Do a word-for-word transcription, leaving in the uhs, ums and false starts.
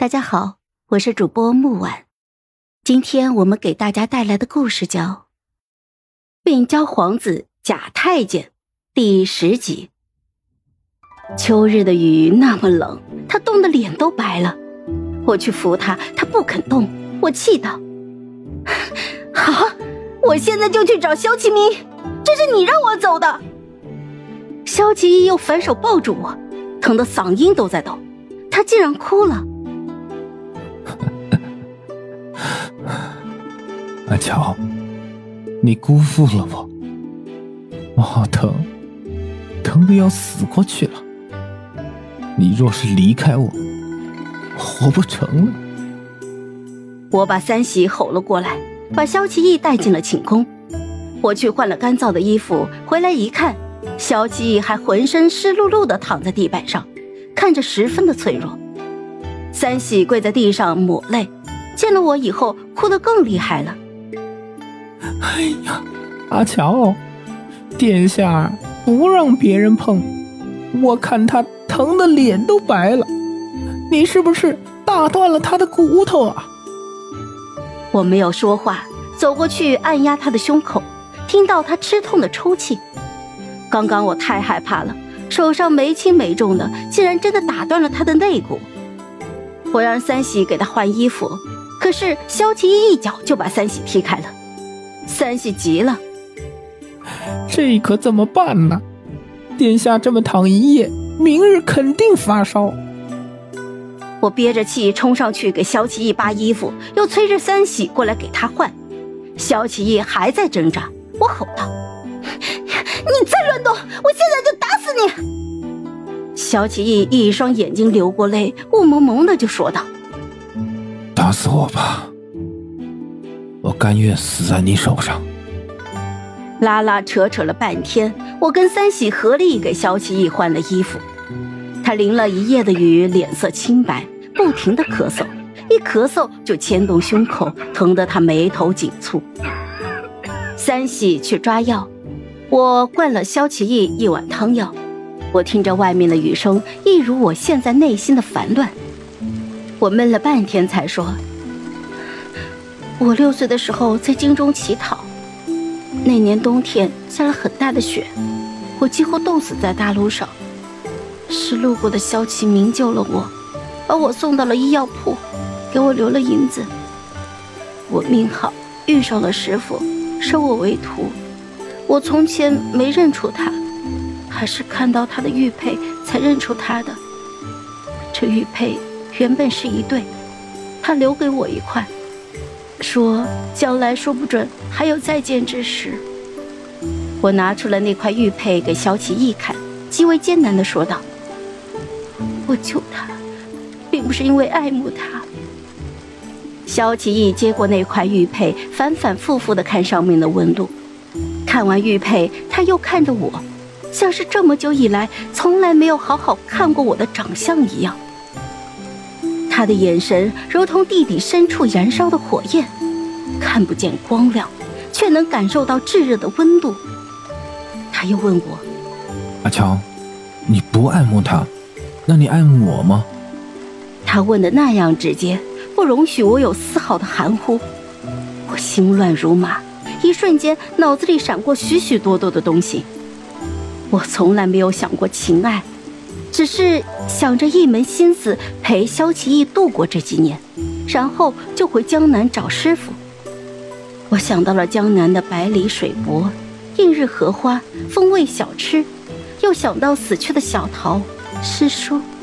大家好，我是主播木婉。今天我们给大家带来的故事叫《病娇皇子假太监》第十集。秋日的雨那么冷，他冻得脸都白了。我去扶他，他不肯动，我气道：好，我现在就去找萧启明，这是你让我走的。萧启义又反手抱住我，疼得嗓音都在抖，他竟然哭了。 阿乔，你辜负了我，我好疼，疼得要死过去了。你若是离开我，活不成了。 我把三喜吼了过来，把萧启义带进了寝宫。我去换了干燥的衣服，回来一看，萧启义还浑身湿漉漉地躺在地板上，看着十分的脆弱。三喜跪在地上抹泪，见了我以后哭得更厉害了。 哎呀，阿乔，殿下不让别人碰，我看他疼得脸都白了，你是不是打断了他的骨头啊？ 我没有说话，走过去按压他的胸口，听到他吃痛的抽泣。刚刚我太害怕了，手上没轻没重的，竟然真的打断了他的肋骨。我让三喜给他换衣服，可是萧启义一脚就把三喜踢开了。三喜急了， 这可怎么办呢？殿下这么躺一夜，明日肯定发烧。 我憋着气冲上去给萧启义扒衣服，又催着三喜过来给他换。萧启义还在挣扎，我吼道：你再乱动，我现在就打死你！萧启义一双眼睛流过泪，雾蒙蒙的就说道： 打死我吧，我甘愿死在你手上。 拉拉扯扯了半天，我跟三喜合力给萧启义换了衣服。他淋了一夜的雨，脸色青白，不停地咳嗽，一咳嗽就牵动胸口，疼得他眉头紧蹙。三喜去抓药，我灌了萧启义一碗汤药。我听着外面的雨声，一如我现在内心的烦乱。我闷了半天才说：我六岁的时候在京中乞讨，那年冬天下了很大的雪，我几乎冻死在大路上，是路过的萧启明救了我，把我送到了医药铺，给我留了银子。我命好，遇上了师傅，收我为徒。我从前没认出他，还是看到他的玉佩才认出他的。这玉佩原本是一对，他留给我一块，说将来说不准还有再见之时。我拿出了那块玉佩给萧启义看，极为艰难地说道：我救他并不是因为爱慕他。萧启义接过那块玉佩，反反复复地看上面的纹路，看完玉佩他又看着我，像是这么久以来从来没有好好看过我的长相一样。他的眼神如同地底深处燃烧的火焰，看不见光亮，却能感受到炙热的温度。他又问我： 阿乔，你不爱慕他，那你爱慕我吗？ 他问的那样直接，不容许我有丝毫的含糊。我心乱如麻，一瞬间脑子里闪过许许多多的东西。我从来没有想过情爱，只是想着一门心思陪萧启义度过这几年，然后就回江南找师傅。我想到了江南的百里水泊、映日荷花、风味小吃，又想到死去的小桃、师叔。